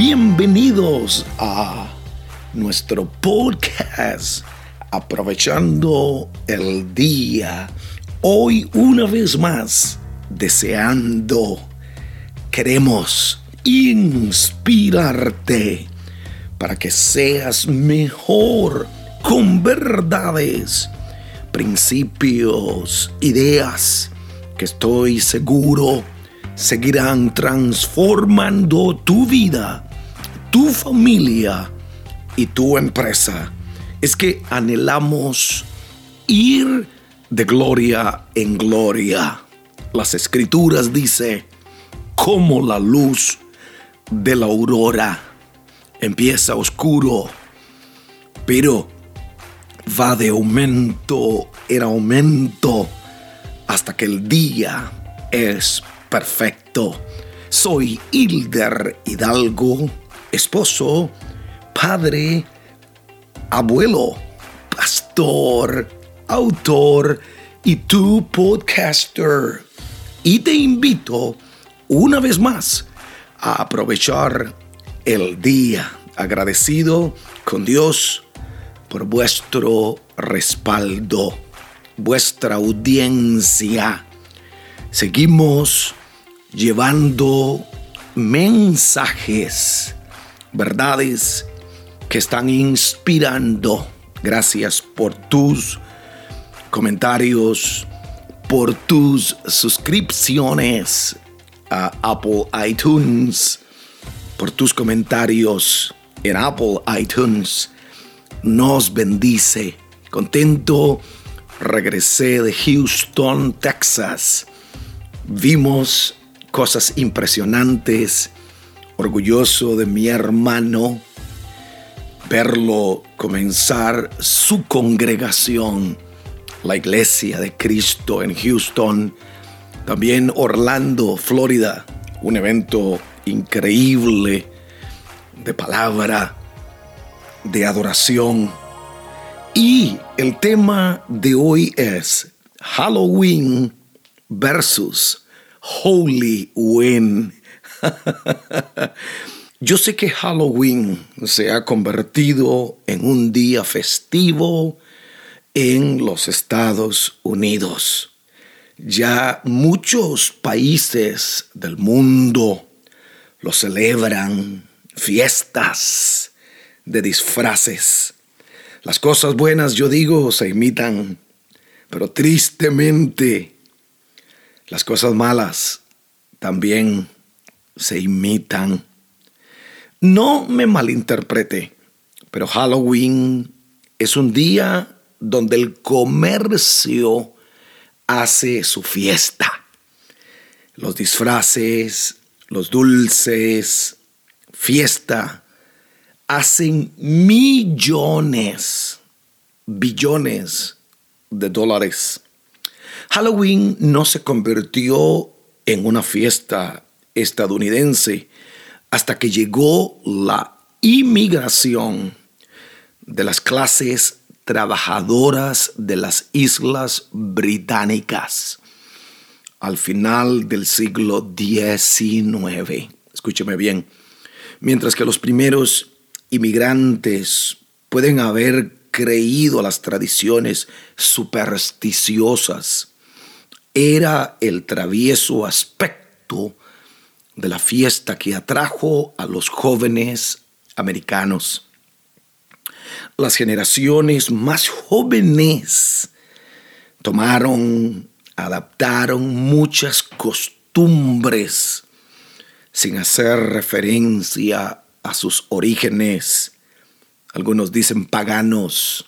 Bienvenidos a nuestro podcast Aprovechando el Día. Hoy una vez más queremos inspirarte para que seas mejor con verdades, principios, ideas que estoy seguro seguirán transformando tu vida, tu familia y tu empresa. Es que anhelamos ir de gloria en gloria. Las Escrituras dicen, como la luz de la aurora empieza oscuro, pero va de aumento en aumento hasta que el día es perfecto. Soy Hilder Hidalgo, esposo, padre, abuelo, pastor, autor y tu podcaster. Y te invito una vez más a aprovechar el día, agradecido con Dios por vuestro respaldo, vuestra audiencia. Seguimos llevando mensajes, verdades que están inspirando. Gracias por tus comentarios, por tus suscripciones a Apple iTunes, por tus comentarios en Apple iTunes. Nos bendice. Contento, regresé de Houston, Texas. Vimos cosas impresionantes, orgulloso de mi hermano, verlo comenzar su congregación, la Iglesia de Cristo en Houston, también Orlando, Florida, un evento increíble de palabra, de adoración. Y el tema de hoy es Halloween versus Halloween. Yo sé que Halloween se ha convertido en un día festivo en los Estados Unidos. Ya muchos países del mundo lo celebran, fiestas de disfraces. Las cosas buenas, yo digo, se imitan, pero tristemente las cosas malas también se imitan. No me malinterprete, pero Halloween es un día donde el comercio hace su fiesta. Los disfraces, los dulces, fiesta, hacen millones, billones de dólares. Halloween no se convirtió en una fiesta estadounidense hasta que llegó la inmigración de las clases trabajadoras de las Islas Británicas al final del siglo XIX. Escúcheme bien. Mientras que los primeros inmigrantes pueden haber creído a las tradiciones supersticiosas, era el travieso aspecto de la fiesta que atrajo a los jóvenes americanos. Las generaciones más jóvenes adaptaron muchas costumbres sin hacer referencia a sus orígenes. Algunos dicen paganos,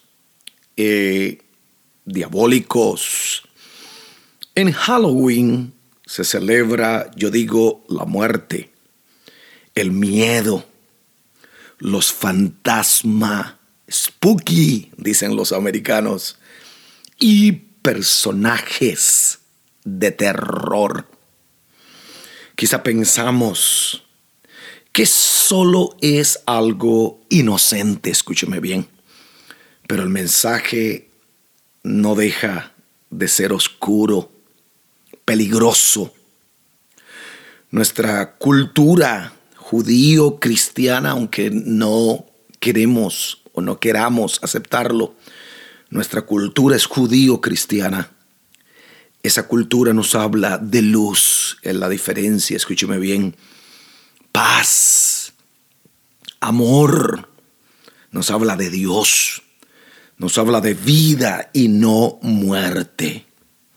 diabólicos. En Halloween se celebra, yo digo, la muerte, el miedo, los fantasmas, spooky, dicen los americanos, y personajes de terror. Quizá pensamos que solo es algo inocente, escúcheme bien, pero el mensaje no deja de ser oscuro, peligroso. Nuestra cultura judío cristiana, aunque no queremos o no queramos aceptarlo. Nuestra cultura es judío cristiana. Esa cultura nos habla de luz, es la diferencia, escúcheme bien. Paz, amor, nos habla de Dios, nos habla de vida y no muerte.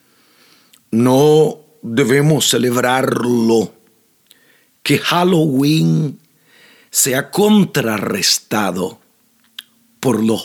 No debemos celebrarlo, que Halloween sea contrarrestado por lo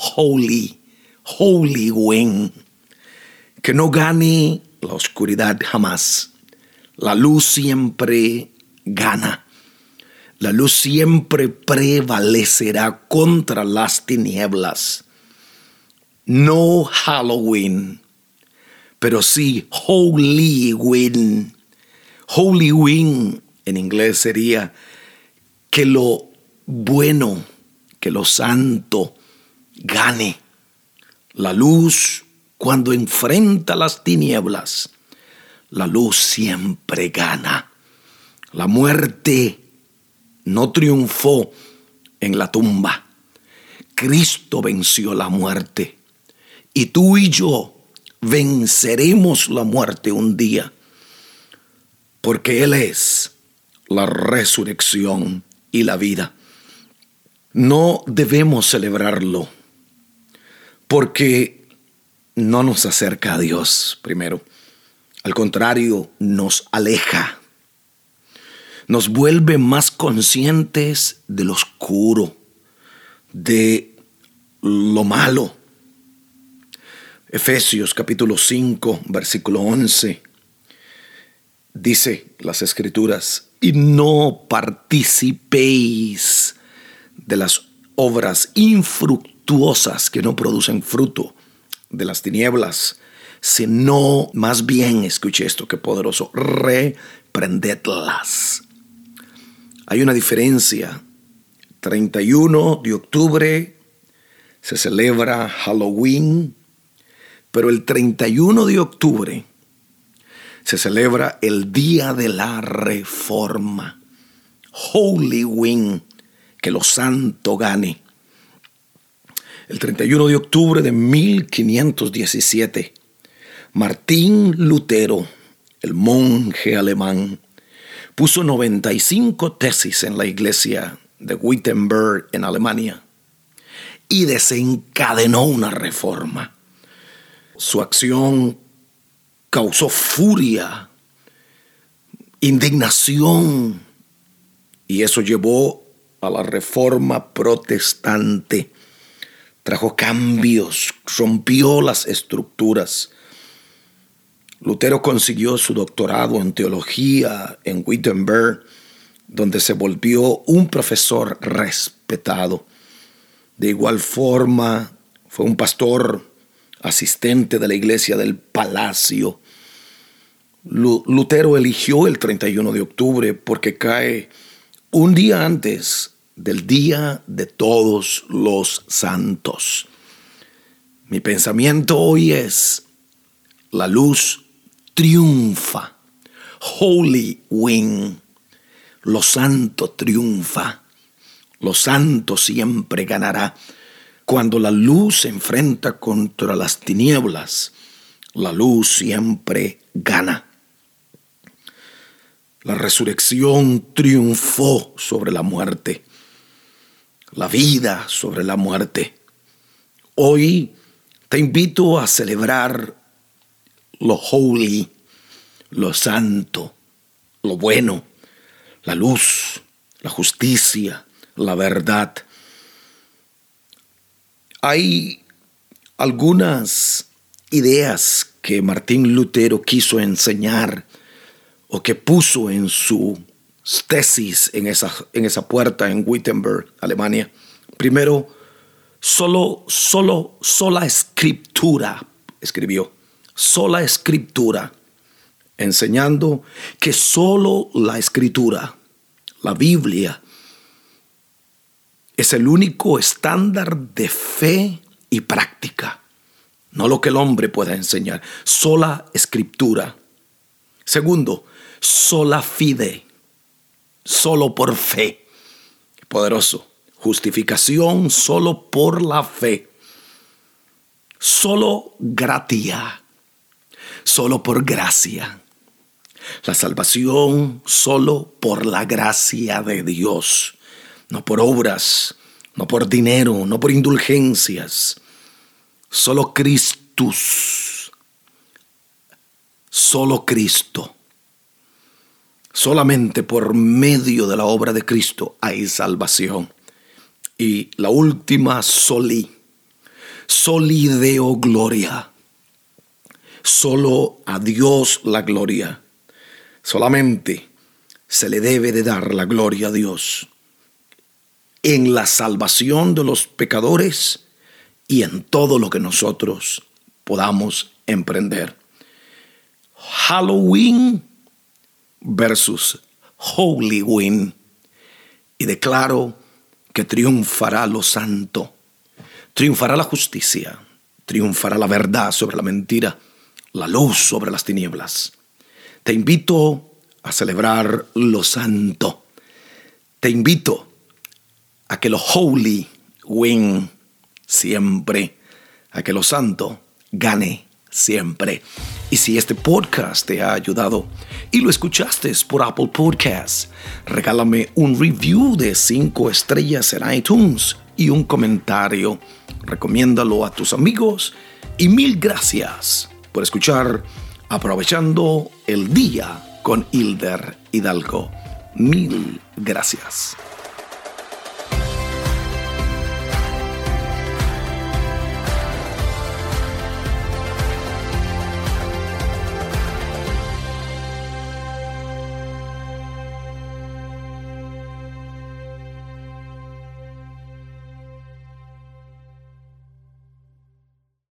Halloween, que no gane la oscuridad jamás. La luz siempre gana. La luz siempre prevalecerá contra las tinieblas. No Halloween, pero sí Halloween. Halloween en inglés sería que lo bueno, que lo santo gane. La luz, cuando enfrenta las tinieblas, la luz siempre gana. La muerte no triunfó en la tumba. Cristo venció la muerte. Y tú y yo venceremos la muerte un día, porque Él es la resurrección y la vida. No debemos celebrarlo, porque no nos acerca a Dios, primero. Al contrario, nos aleja. Nos vuelve más conscientes de lo oscuro, de lo malo. Efesios capítulo 5, versículo 11. Dice las Escrituras: y no participéis de las obras infructuosas que no producen fruto de las tinieblas, sino más bien, escuche esto que poderoso, reprendedlas. Hay una diferencia. 31 de octubre se celebra Halloween, pero el 31 de octubre se celebra el Día de la Reforma. Halloween, que lo santo gane. El 31 de octubre de 1517, Martín Lutero, el monje alemán, puso 95 tesis en la iglesia de Wittenberg en Alemania y desencadenó una reforma. Su acción causó furia, indignación, y eso llevó a la reforma protestante. Trajo cambios, rompió las estructuras. Lutero consiguió su doctorado en teología en Wittenberg, donde se volvió un profesor respetado. De igual forma, fue un pastor asistente de la iglesia del Palacio. Lutero eligió el 31 de octubre porque cae un día antes del Día de Todos los Santos. Mi pensamiento hoy es: la luz triunfa. Halloween. Lo santo triunfa. Lo santo siempre ganará. Cuando la luz se enfrenta contra las tinieblas, la luz siempre gana. La resurrección triunfó sobre la muerte. La vida sobre la muerte. Hoy te invito a celebrar lo holy, lo santo, lo bueno, la luz, la justicia, la verdad. Hay algunas ideas que Martín Lutero quiso enseñar o que puso en su tesis en esa puerta en Wittenberg, Alemania. Primero, sola escritura, escribió. Sola escritura, enseñando que solo la escritura, la Biblia, es el único estándar de fe y práctica, no lo que el hombre pueda enseñar. Sola escritura. Segundo, sola fide, solo por fe. poderoso. Justificación solo por la fe. Solo gratia. Solo por gracia. La salvación solo por la gracia de Dios. No por obras, no por dinero, no por indulgencias. Solo Christus. Solo Cristo. Solamente por medio de la obra de Cristo hay salvación. Y la última, soli Deo gloria. Solo a Dios la gloria. Solamente se le debe de dar la gloria a Dios en la salvación de los pecadores y en todo lo que nosotros podamos emprender. Halloween versus Hollyween. Y declaro que triunfará lo santo, triunfará la justicia, triunfará la verdad sobre la mentira, la luz sobre las tinieblas. Te invito a celebrar lo santo. Te invito a que lo holy win siempre, a que lo santo gane siempre. Y si este podcast te ha ayudado y lo escuchaste por Apple Podcasts, regálame un review de 5 estrellas en iTunes y un comentario. Recomiéndalo a tus amigos y mil gracias por escuchar Aprovechando el Día con Hilder Hidalgo. Mil gracias.